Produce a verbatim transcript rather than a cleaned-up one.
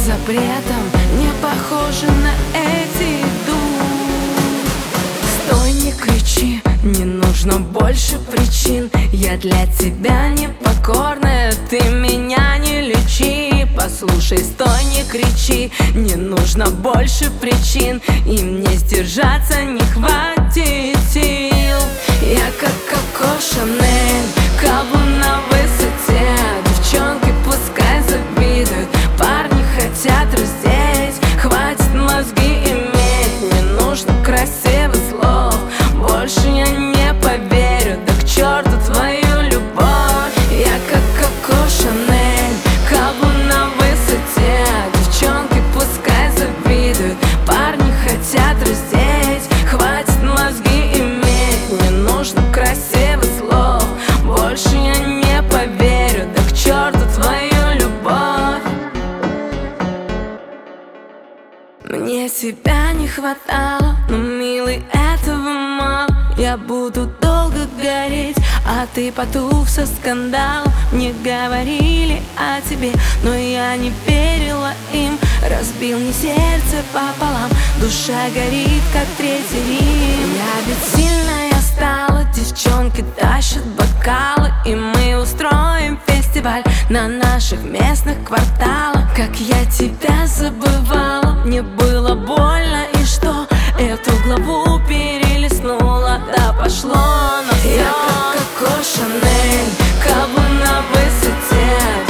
запретом не похожи на эти иду. Стой, не кричи, не нужно больше причин. Я для тебя непокорная, ты меня не лечи. Послушай, стой, не кричи, не нужно больше причин. И мне сдержаться не хватит сил. Я как Коко Шанель, каблу на высоте. Девчонки пускай завидуют, парни хотят раздеть. Хватит мозги иметь, не нужно красивых слов. Больше я не поверю, да к черту твою любовь. Я как Коко Шанель, каблу на высоте. Девчонки пускай завидуют, парни хотят раздеть. Хватит мозги иметь, не нужно красивых слов. Больше я не поверю, да к черту твою любовь. Мне тебя не хватало, но, милый, этого мало. Я буду долго гореть, а ты потух со скандалом. Мне говорили о тебе, но я не верила им. Разбил мне сердце пополам, душа горит, как третий Рим. Я ведь сильная стала, девчонки тащат бокалы. И мы устроим фестиваль на наших местных кварталах. Как я тебя забывала, мне было больно, и что? Эту главу перелистнула, да пошло на все. Я как Коко Шанель, каблу на высоте.